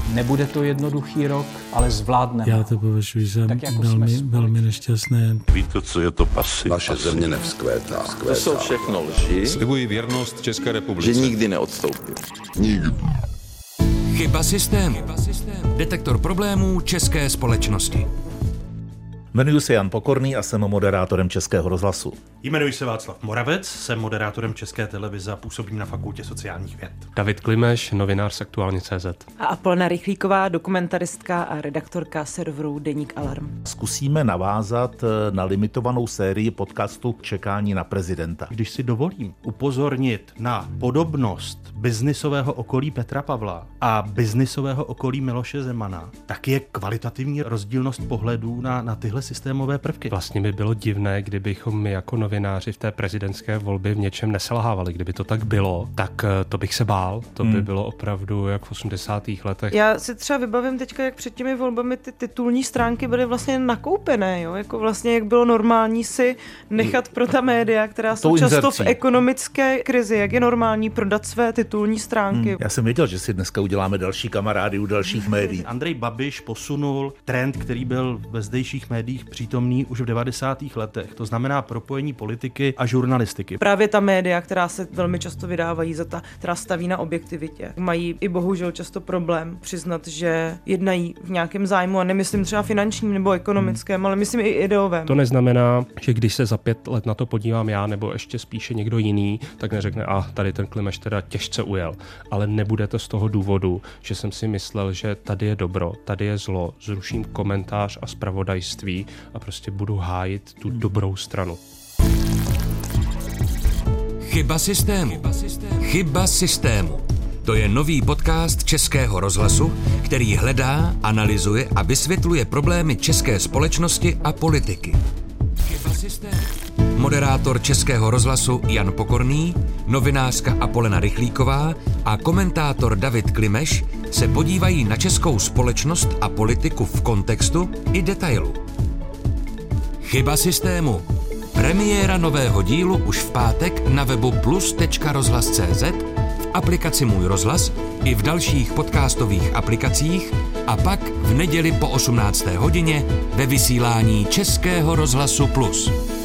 Nebude to jednoduchý rok, ale zvládneme. Já to považuji za velmi nešťastné. Víte, co je to pasy? Naše země nevzkvétá. To jsou všechno lži. Slibuji věrnost České republice. Že nikdy neodstoupím. Nikdy. Chyba systému. Detektor problémů české společnosti. Jmenuji se Jan Pokorný a jsem moderátorem Českého rozhlasu. Jmenuji se Václav Moravec, jsem moderátorem České televize a působím na Fakultě sociálních věd. David Klimeš, novinář z Aktuálně.cz. A Apolena Rychlíková, dokumentaristka a redaktorka serveru Deník Alarm. Zkusíme navázat na limitovanou sérii podcastu Čekání na prezidenta. Když si dovolím upozornit na podobnost biznisového okolí Petra Pavla a biznisového okolí Miloše Zemana, tak je kvalitativní rozdílnost pohledů na tyhle systémové prvky. Vlastně by bylo divné, kdybychom my jako novináři v té prezidentské volbě v něčem neselhávali. Kdyby to tak bylo, tak to bych se bál. To by bylo opravdu jak v 80. letech. Já si třeba vybavím teďka, jak před těmi volbami ty titulní stránky byly vlastně nakoupené, jo? Jako vlastně jak bylo normální si nechat pro ta média, která jsou často v ekonomické krizi, jak je normální prodat své titulní stránky. Já jsem věděl, že si dneska uděláme další kamarády u dalších médií. Andrej Babiš posunul trend, který byl ve zdejších médiích přítomný už v 90. letech. To znamená propojení politiky a žurnalistiky. Právě ta média, která se velmi často vydávají za ta, která staví na objektivitě, mají i bohužel často problém přiznat, že jednají v nějakém zájmu, a nemyslím třeba finančním nebo ekonomickém, ale myslím i ideovém. To neznamená, že když se za 5 let na to podívám já nebo ještě spíše někdo jiný, tak neřekne, tady ten Klimeš teda těžce ujel. Ale nebude to z toho důvodu, že jsem si myslel, že tady je dobro, tady je zlo, zruším komentář a zpravodajství a prostě budu hájit tu dobrou stranu. Chyba systému. Chyba systému. To je nový podcast Českého rozhlasu, který hledá, analyzuje a vysvětluje problémy české společnosti a politiky. Chyba systému. Moderátor Českého rozhlasu Jan Pokorný, novinářka Apolena Rychlíková a komentátor David Klimeš se podívají na českou společnost a politiku v kontextu i detailu. Chyba systému. Premiéra nového dílu už v pátek na webu plus.rozhlas.cz, v aplikaci Můj rozhlas i v dalších podcastových aplikacích a pak v neděli po 18. hodině ve vysílání Českého rozhlasu Plus.